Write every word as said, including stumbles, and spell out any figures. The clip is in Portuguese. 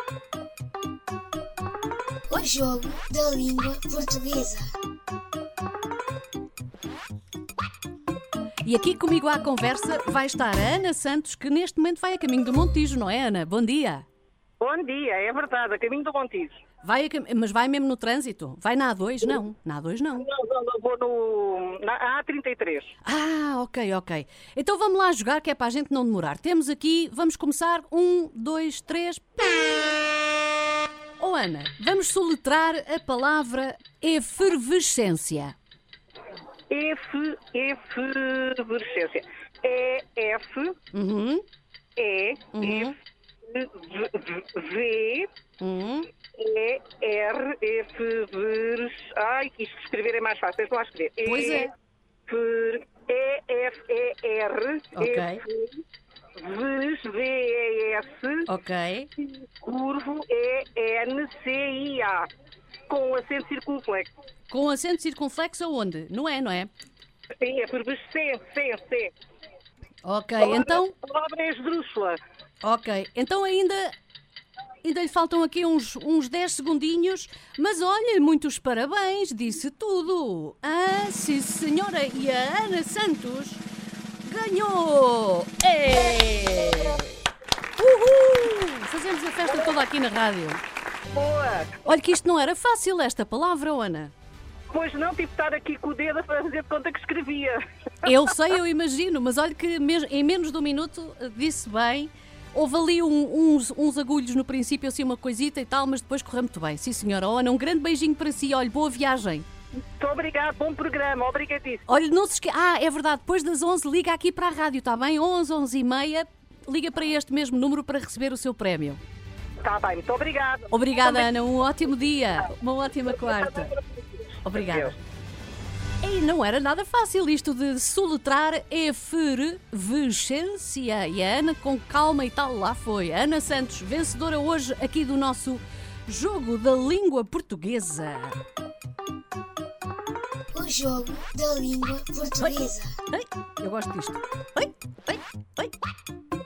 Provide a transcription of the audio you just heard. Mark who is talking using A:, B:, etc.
A: O jogo da língua portuguesa.
B: E aqui comigo à conversa vai estar a Ana Santos, que neste momento vai a caminho do Montijo, não é, Ana? Bom dia.
C: Bom dia, é verdade, a caminho do Montijo.
B: Vai a cam... Mas vai mesmo no trânsito? Vai na A dois? Não, na A dois não.
C: Não, não, não, vou no, na A trinta e três.
B: Ah, ok, ok. Então vamos lá jogar, que é para a gente não demorar. Temos aqui, vamos começar, um, dois, três... Oh, Ana, vamos soletrar a palavra efervescência.
C: F, efervescência. E, F,
B: Uhum.
C: E,
B: Uhum.
C: F, V, V,
B: Uhum.
C: E, R, F, ai, isto escrever é mais fácil, deixa lá escrever.
B: Pois é.
C: F, E, F, E, R,
B: Ok.
C: F, V, V, E, S,
B: Ok.
C: curvo, E, N, C, I, A, com acento circunflexo.
B: Com acento circunflexo aonde? Não é, não é?
C: Sim, é efervescência, C, C.
B: Ok, então...
C: A palavra é esdrúxula.
B: Ok, então ainda, ainda lhe faltam aqui uns, uns dez segundinhos, mas olha, muitos parabéns, disse tudo. Ah, sim senhora, e a Ana Santos ganhou! É! Uhul! Fazemos a festa toda aqui na rádio.
C: Boa.
B: Olha que isto não era fácil, esta palavra, oh, Ana.
C: Pois não, tive de estar aqui com o dedo a fazer de conta que escrevia.
B: Eu sei, eu imagino, mas olha que mes- em menos de um minuto eh, disse bem. Houve ali um- uns, uns agulhos no princípio, assim uma coisita e tal, mas depois correu muito bem. Sim, senhora. Oh, Ana, um grande beijinho para si. Olha, boa viagem.
C: Muito obrigado, bom programa, obrigadíssimo.
B: Olha, não se esqueça... Ah, é verdade, depois das onze liga aqui para a rádio, está bem? onze, onze e meia, liga para este mesmo número para receber o seu prémio.
C: Está bem, muito obrigado.
B: Obrigada, Ana. Um ótimo dia. Uma ótima quarta. Obrigada. E não era nada fácil isto de soletrar efervescência. E a Ana, com calma e tal, lá foi. A Ana Santos, vencedora hoje aqui do nosso Jogo da Língua Portuguesa.
A: O jogo da língua portuguesa.
B: Ai, eu gosto disto. Ai, ai, ai.